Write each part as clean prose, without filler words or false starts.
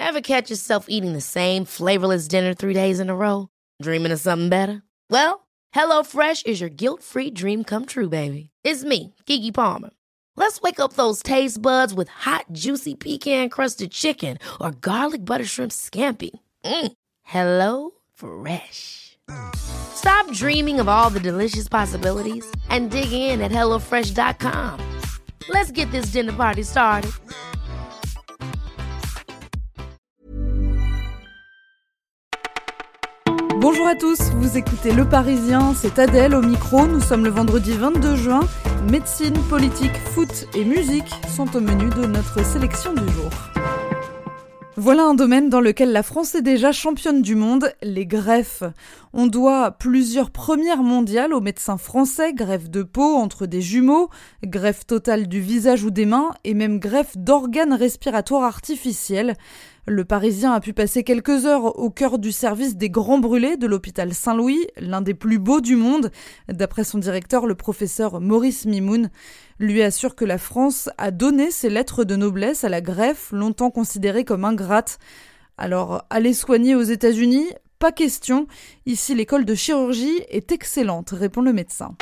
Ever catch yourself eating the same flavorless dinner 3 days in a row? Dreaming of something better? Well, HelloFresh is your guilt-free dream come true, baby. It's me, Keke Palmer. Let's wake up those taste buds with hot, juicy pecan-crusted chicken or garlic butter shrimp scampi. Hello Fresh. Stop dreaming of all the delicious possibilities and dig in at HelloFresh.com. Let's get this dinner party started. Bonjour à tous, vous écoutez Le Parisien, c'est Adèle au micro, nous sommes le vendredi 22 juin. Médecine, politique, foot et musique sont au menu de notre sélection du jour. Voilà un domaine dans lequel la France est déjà championne du monde, les greffes. On doit plusieurs premières mondiales aux médecins français, greffe de peau entre des jumeaux, greffe totale du visage ou des mains et même greffe d'organes respiratoires artificiels. Le Parisien a pu passer quelques heures au cœur du service des grands brûlés de l'hôpital Saint-Louis, l'un des plus beaux du monde, d'après son directeur, le professeur Maurice Mimoun. Lui assure que la France a donné ses lettres de noblesse à la greffe, longtemps considérée comme ingrate. Alors, aller soigner aux États-Unis ? Pas question. Ici, l'école de chirurgie est excellente, répond le médecin.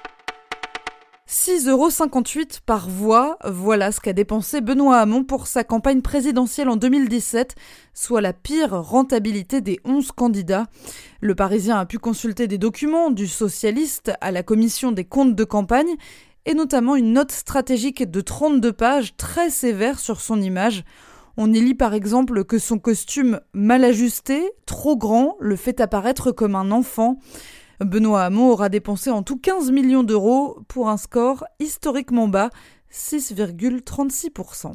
6,58 € par voix, voilà ce qu'a dépensé Benoît Hamon pour sa campagne présidentielle en 2017, soit la pire rentabilité des 11 candidats. Le Parisien a pu consulter des documents du socialiste à la commission des comptes de campagne, et notamment une note stratégique de 32 pages très sévère sur son image. On y lit par exemple que son costume mal ajusté, trop grand, le fait apparaître comme un enfant. Benoît Hamon aura dépensé en tout 15 millions d'euros pour un score historiquement bas, 6,36%.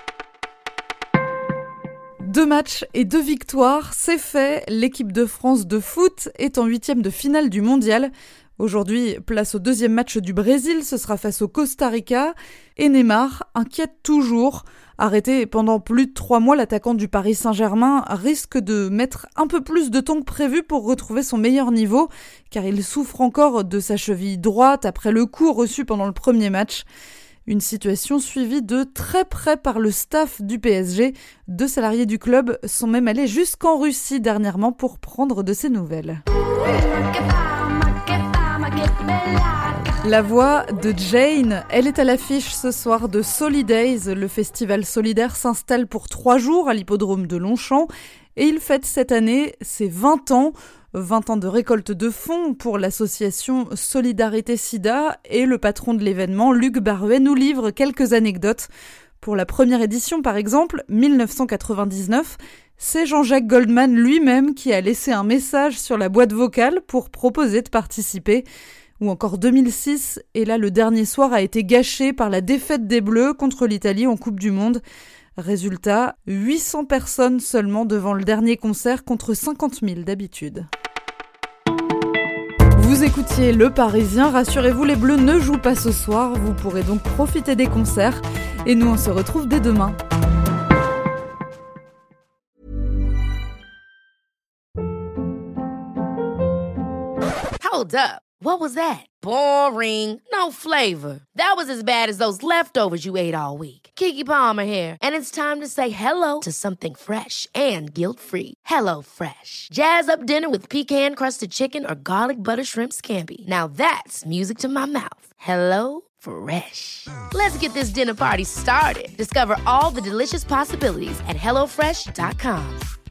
2 matchs et 2 victoires, c'est fait. L'équipe de France de foot est en 8e de finale du mondial. Aujourd'hui, place au 2e match du Brésil, ce sera face au Costa Rica. Et Neymar inquiète toujours. Arrêté pendant plus de 3 mois, l'attaquant du Paris Saint-Germain risque de mettre un peu plus de temps que prévu pour retrouver son meilleur niveau, car il souffre encore de sa cheville droite après le coup reçu pendant le premier match. Une situation suivie de très près par le staff du PSG. 2 salariés du club sont même allés jusqu'en Russie dernièrement pour prendre de ses nouvelles. La voix de Jane, elle est à l'affiche ce soir de Solidays. Le festival solidaire s'installe pour 3 jours à l'hippodrome de Longchamp et il fête cette année ses 20 ans. 20 ans de récolte de fonds pour l'association Solidarité Sida et le patron de l'événement, Luc Baruet, nous livre quelques anecdotes. Pour la première édition par exemple, 1999, c'est Jean-Jacques Goldman lui-même qui a laissé un message sur la boîte vocale pour proposer de participer. Ou encore 2006, et là le dernier soir a été gâché par la défaite des Bleus contre l'Italie en Coupe du Monde. Résultat, 800 personnes seulement devant le dernier concert contre 50 000 d'habitude. Vous écoutiez Le Parisien, rassurez-vous, les Bleus ne jouent pas ce soir, vous pourrez donc profiter des concerts et nous on se retrouve dès demain. Hold up. What was that? Boring. No flavor. That was as bad as those leftovers you ate all week. Keke Palmer here, and it's time to say hello to something fresh and guilt-free. Hello Fresh. Jazz up dinner with pecan-crusted chicken or garlic butter shrimp scampi. Now that's music to my mouth. Hello Fresh. Let's get this dinner party started. Discover all the delicious possibilities at HelloFresh.com.